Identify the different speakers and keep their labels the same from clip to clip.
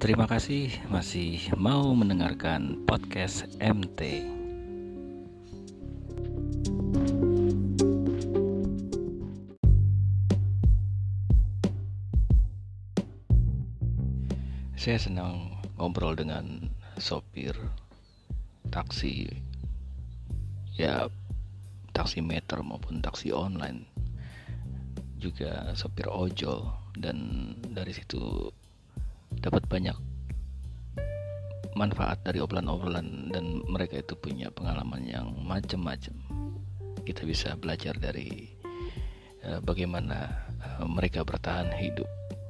Speaker 1: Terima kasih masih mau mendengarkan podcast MT. Saya senang ngobrol dengan sopir taksi, ya taksimeter maupun taksi online, juga sopir ojol, dan dari situ dapat banyak manfaat dari obrolan-obrolan, dan mereka itu punya pengalaman yang macam-macam. Kita bisa belajar dari bagaimana mereka bertahan hidup.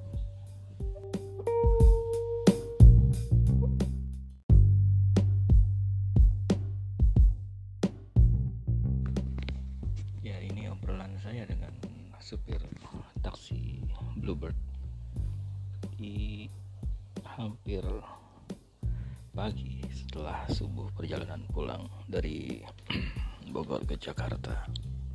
Speaker 1: Ya, ini obrolan saya dengan supir taksi Bluebird di hampir pagi setelah subuh perjalanan pulang dari Bogor ke Jakarta.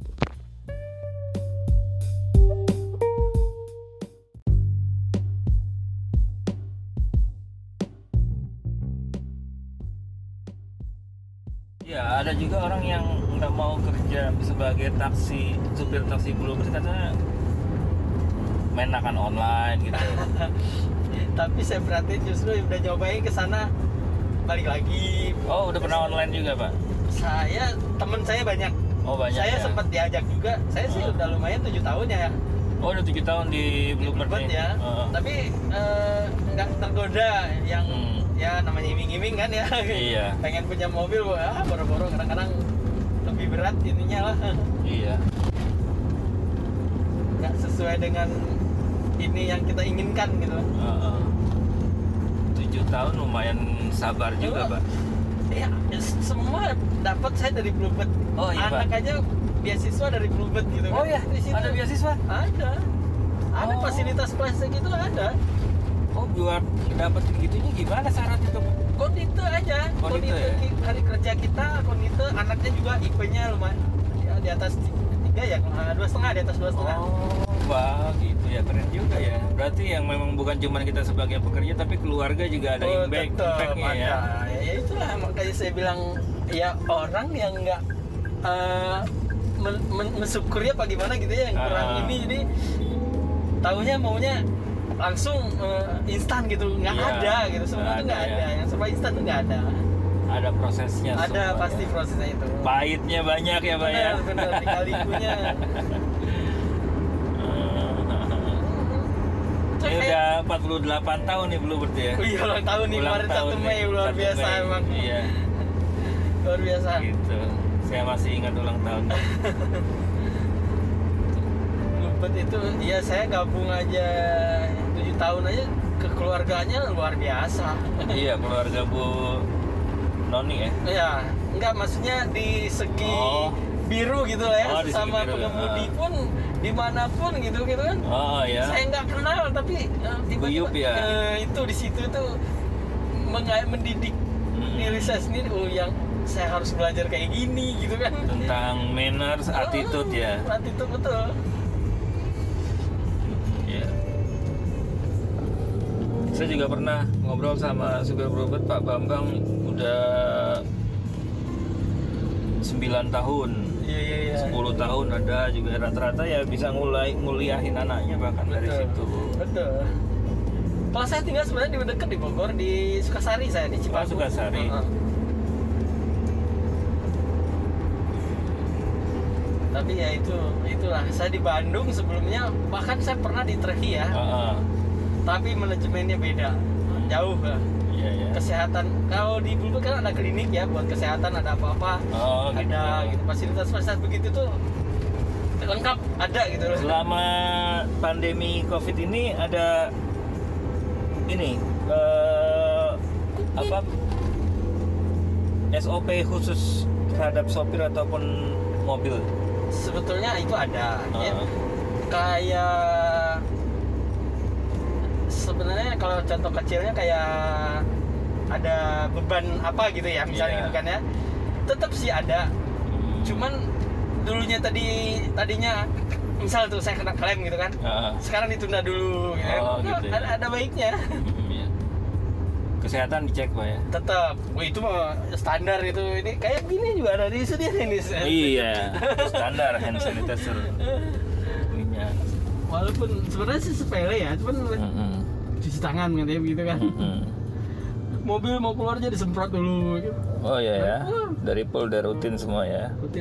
Speaker 1: Ya, ada juga orang yang nggak mau kerja sebagai supir taksi Bluebird, katanya menakan online gitu.
Speaker 2: Tapi saya perhatiin justru udah nyobain ke sana balik lagi.
Speaker 1: Oh, udah pernah online juga, Pak?
Speaker 2: Temen saya banyak.
Speaker 1: Oh, banyak.
Speaker 2: Saya
Speaker 1: ya?
Speaker 2: sempat diajak juga. Saya sih udah lumayan 7 tahun ya.
Speaker 1: Oh, udah 7 tahun di Bluebird
Speaker 2: ya. Tapi nggak tergoda yang ya namanya iming-iming kan ya.
Speaker 1: Iya.
Speaker 2: Pengen punya mobil, boro-boro kadang-kadang lebih berat ininya lah.
Speaker 1: Iya.
Speaker 2: Nggak sesuai dengan ini yang kita inginkan gitu.
Speaker 1: 7 tahun lumayan sabar juga, Pak.
Speaker 2: Ya, semua dapat saya dari Bluebird.
Speaker 1: Oh iya,
Speaker 2: Anak
Speaker 1: Pak.
Speaker 2: aja beasiswa dari Bluebird gitu.
Speaker 1: Oh ya,
Speaker 2: di situ.
Speaker 1: ada beasiswa?
Speaker 2: Ada
Speaker 1: Oh.
Speaker 2: fasilitas plastik itu ada.
Speaker 1: Oh, buat dapat gitunya gimana syarat itu, Pak?
Speaker 2: Kondite aja.
Speaker 1: Kondite ya?
Speaker 2: Hari kerja kita kondite, anaknya juga IP-nya lumayan ya, di atas 3 ya, 2,5, di atas 2,5.
Speaker 1: Oh, wah, gitu ya, keren juga ya. Berarti yang memang bukan cuma kita sebagai pekerja, tapi keluarga juga ada impact-nya ya.
Speaker 2: Ya itulah makanya saya bilang ya orang yang nggak mensyukuri apa gimana gitu ya, yang kurang ini, jadi taunya maunya langsung instan gitu, nggak ada gitu, semua itu nggak ada. Yang serba instan tuh nggak ada.
Speaker 1: Ada prosesnya.
Speaker 2: Ada
Speaker 1: semua,
Speaker 2: pasti
Speaker 1: ya.
Speaker 2: prosesnya itu.
Speaker 1: Pahitnya banyak ya, Pak ya.
Speaker 2: Benar, lika-likunya.
Speaker 1: Ini udah 48 tahun nih Bluebird ya.
Speaker 2: Iya, ulang tahun nih kemarin 1 Mei, luar biasa emang.
Speaker 1: Iya.
Speaker 2: Luar biasa.
Speaker 1: Gitu. Saya masih ingat ulang tahun.
Speaker 2: Bluebird itu ya saya gabung aja 7 tahun aja, ke keluarganya luar biasa.
Speaker 1: Iya, keluarga Bu Noni ya.
Speaker 2: Iya, enggak maksudnya di segi biru gitu lah ya,
Speaker 1: Oh, di segi
Speaker 2: sama
Speaker 1: biru.
Speaker 2: pengemudi pun dimanapun gitu kan.
Speaker 1: Oh ya.
Speaker 2: Saya nggak kenal tapi tiba-tiba
Speaker 1: Guyup ya?
Speaker 2: itu di situ tuh mendidik diri saya sendiri. Oh, yang saya harus belajar kayak gini gitu kan.
Speaker 1: Tentang manners, attitude ya.
Speaker 2: Attitude betul.
Speaker 1: Iya. Saya juga pernah ngobrol sama supir Bluebird, Pak Bambang, udah 9 tahun.
Speaker 2: Iya.
Speaker 1: 10 tahun ada juga, rata-rata ya bisa nguliahin anaknya bahkan dari situ.
Speaker 2: Betul. Kalau saya tinggal sebenarnya di dekat di Bogor, di Sukasari, saya di Cipaku.
Speaker 1: Oh, Sukasari.
Speaker 2: Tapi ya itulah. Saya di Bandung sebelumnya, bahkan saya pernah di Trevi ya. Tapi manajemennya beda, jauh lah.
Speaker 1: Iya.
Speaker 2: Kesehatan, kalau di Bluebird kan ada klinik ya buat kesehatan, ada apa-apa, ada gitu. Fasilitas begitu tuh lengkap ada gitu loh.
Speaker 1: Selama pandemi COVID ini ada ini SOP khusus terhadap sopir ataupun mobil?
Speaker 2: Sebetulnya itu ada ya. Kayak sebenarnya kalau contoh kecilnya kayak ada beban apa gitu ya misalnya gitu kan ya, tetap sih ada. Cuman dulunya tadinya misal tuh saya kena klaim gitu kan, sekarang ditunda dulu gitu.
Speaker 1: Gitu ya.
Speaker 2: Ada baiknya.
Speaker 3: Kesehatan dicek Pak ya.
Speaker 2: Tetap, itu mah standar itu. Ini kayak gini juga ada di sendiri nih.
Speaker 3: Iya, standar hand sanitizer. Punya.
Speaker 2: Walaupun sebenarnya sih sepele ya, cuman cuci tangan katanya begitu kan. Mobil mau keluar aja disemprot dulu gitu.
Speaker 3: Oh iya ya, dari pool udah rutin semua ya.
Speaker 2: Rutin.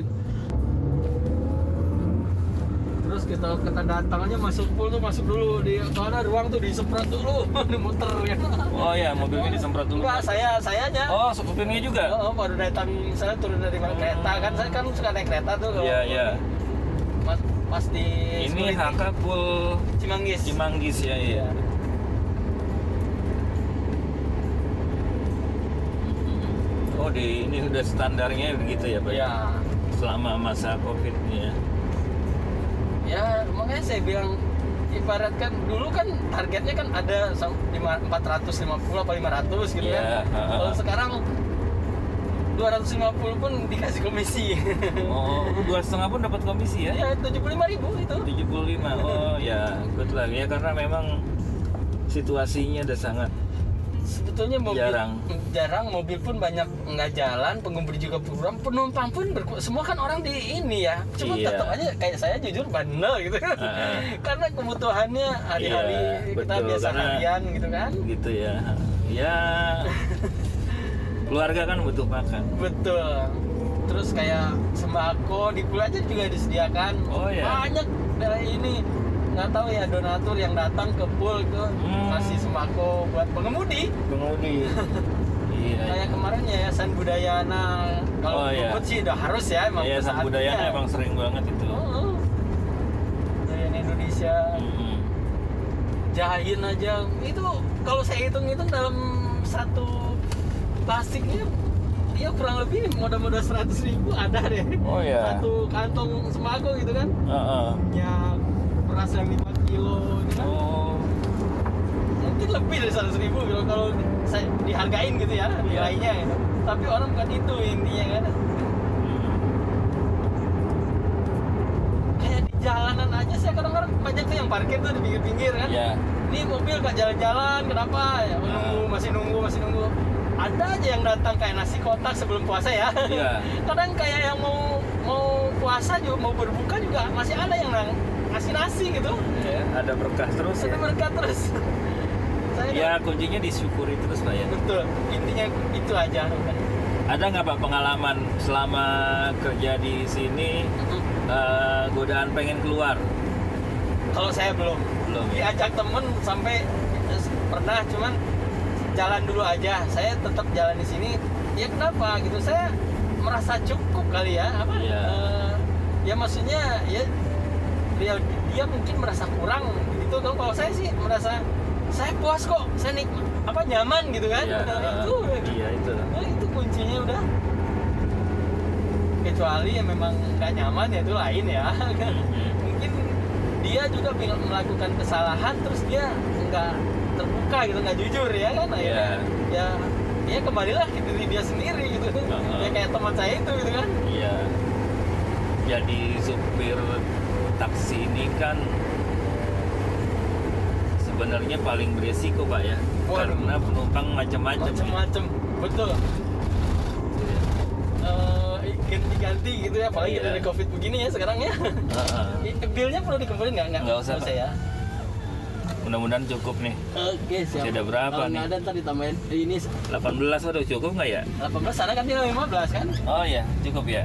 Speaker 2: Terus kita datang aja masuk pool tuh masuk dulu di mana ruang tuh disemprot dulu, dimuter ya.
Speaker 3: Oh iya, mobilnya disemprot dulu.
Speaker 2: Enggak, sayanya.
Speaker 3: Oh, supirnya juga.
Speaker 2: Oh, baru datang saya turun dari kereta kan, saya kan suka naik kereta tuh.
Speaker 3: Iya, iya.
Speaker 2: Pas di
Speaker 3: ini HK Pool
Speaker 2: Cimanggis
Speaker 3: ya, iya. Oh, ini udah standarnya begitu ya Pak?
Speaker 2: Iya.
Speaker 3: Selama masa Covid ini ya.
Speaker 2: Ya, makanya saya bilang ibaratkan dulu kan targetnya kan ada 450 apa 500 gitu
Speaker 3: ya.
Speaker 2: Kalau sekarang 250 pun dikasih komisi.
Speaker 3: Oh, 2,5 pun dapat komisi ya?
Speaker 2: Ya, 75.000 itu.
Speaker 3: 75. Oh ya, good lah ya, karena memang situasinya udah sangat
Speaker 2: sebetulnya mobil
Speaker 3: jarang
Speaker 2: mobil pun banyak nggak jalan, pengemudi juga kurang, penumpang pun semua kan orang di ini ya, cuma tetap aja kayak saya jujur bandel gitu kan. Karena kebutuhannya hari-hari kita biasa harian gitu kan.
Speaker 3: Gitu ya. Ya. Keluarga kan butuh makan.
Speaker 2: Betul. Terus kayak sembako di pool aja juga disediakan.
Speaker 3: Oh ya.
Speaker 2: Banyak dari ini. Nggak tahu ya donatur yang datang ke pool ke kasih sembako buat pengemudi. Iya. Kayak kemarin Yayasan Budayana. Kalau Ubud sih udah harus ya emang.
Speaker 3: Yayasan Budayana emang sering banget itu.
Speaker 2: Budayana Indonesia. Jahin aja. Itu kalau saya hitung-hitung dalam satu plastiknya dia kurang lebih modal 100.000 ada deh.
Speaker 3: Oh ya.
Speaker 2: Satu kantong sembako gitu kan. Ya beras yang 5 kilo gitu kan. Mungkin lebih dari 100.000 kalau saya dihargain gitu ya nilainya gitu. Tapi orang bukan itu intinya kan. Kayak di jalanan aja saya kadang-kadang banyak tuh yang parkir tuh di pinggir-pinggir kan. Ini mobil gak jalan-jalan kenapa ya, masih nunggu. Ada aja yang datang kayak nasi kotak sebelum puasa ya. Kadang kayak yang mau puasa juga, mau berbuka juga masih ada yang ngasih nasi gitu.
Speaker 3: Ada berkah terus.
Speaker 2: Ada berkah terus.
Speaker 3: Ya kuncinya disyukuri terus Pak ya.
Speaker 2: Betul, intinya itu aja.
Speaker 3: Ada nggak Pak pengalaman selama kerja di sini godaan pengen keluar?
Speaker 2: Kalau saya belum. Diajak temen sampai pernah, cuman jalan dulu aja. Saya tetap jalan di sini. Ya kenapa gitu? Saya merasa cukup kali ya. Ya maksudnya ya dia mungkin merasa kurang gitu. Kalau saya sih merasa saya puas kok, saya nyaman gitu kan. Itu kuncinya udah. Kecuali ya memang nggak nyaman ya itu lain ya. Mungkin dia juga melakukan kesalahan terus dia nggak terbuka gitu, nggak jujur ya kan. Ya kembalilah ke diri dia sendiri gitu. Ya kayak teman saya itu gitu kan.
Speaker 3: Jadi supir taksi ini kan sebenarnya paling beresiko Pak ya. Karena penumpang macam-macam.
Speaker 2: Betul. Ganti-ganti gitu ya, apalagi dari Covid begini ya sekarang ya. Bilnya perlu dikumpulin nggak usah ya.
Speaker 3: Mudah-mudahan cukup nih.
Speaker 2: Oke, siap.
Speaker 3: Sudah berapa nih?
Speaker 2: Ada ntar ditambahin ini
Speaker 3: 18 udah cukup nggak ya?
Speaker 2: 18 sana kan dia 15 kan?
Speaker 3: Oh iya, cukup ya.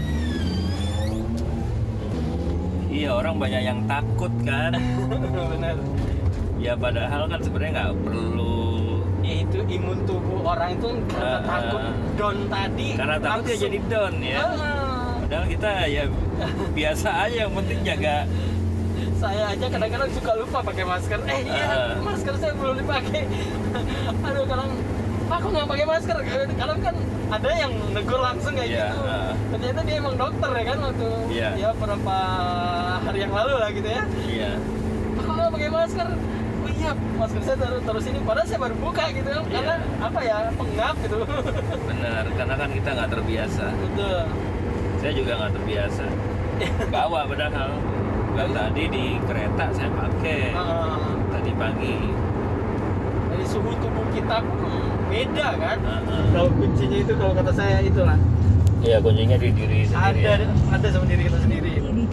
Speaker 3: Iya, orang banyak yang takut kan.
Speaker 2: Benar.
Speaker 3: Ya padahal kan sebenarnya nggak perlu.
Speaker 2: Ya itu imun tubuh orang itu karena takut down tadi.
Speaker 3: Karena takut dia jadi down ya. Padahal kita ya biasa aja, yang penting jaga.
Speaker 2: Saya aja kadang-kadang suka lupa pakai masker. Masker saya belum dipakai. Aduh, kadang aku nggak pakai masker. Kadang kan ada yang negur langsung kayak gitu. Ternyata dia emang dokter ya kan waktu ya beberapa hari yang lalu lah gitu ya. Aku nggak pakai masker. Oh iya, masker saya terus ini. Padahal saya baru buka gitu kan. Karena apa ya, pengap gitu.
Speaker 3: Benar, karena kan kita nggak terbiasa.
Speaker 2: Betul.
Speaker 3: Saya juga nggak terbiasa. Bawa padahal. Tadi di kereta saya pakai tadi pagi.
Speaker 2: dari suhu tubuh kita pun beda kan. Kalau kuncinya itu kalau kata saya itulah.
Speaker 3: Iya, kuncinya di diri sendiri.
Speaker 2: Ada sama diri kita sendiri.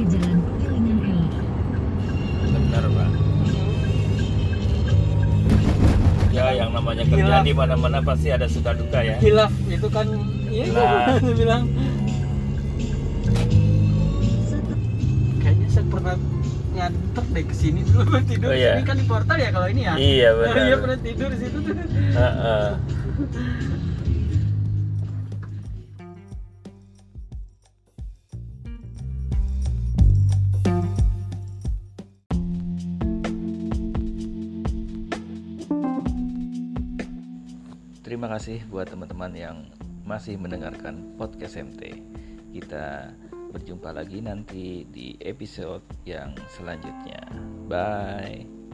Speaker 3: Benar, Pak. Ya, yang namanya kerja di mana-mana pasti ada suka duka ya.
Speaker 2: Hilaf itu kan, iya dia bilang. Kayaknya saya pernah nganter deh ke sini dulu tidur.
Speaker 3: Oh, iya.
Speaker 2: Ini kan di portal ya kalau ini ya.
Speaker 3: Iya, benar.
Speaker 2: Iya pernah tidur di situ tuh.
Speaker 1: Terima kasih buat teman-teman yang masih mendengarkan podcast MT. Kita berjumpa lagi nanti di episode yang selanjutnya. Bye.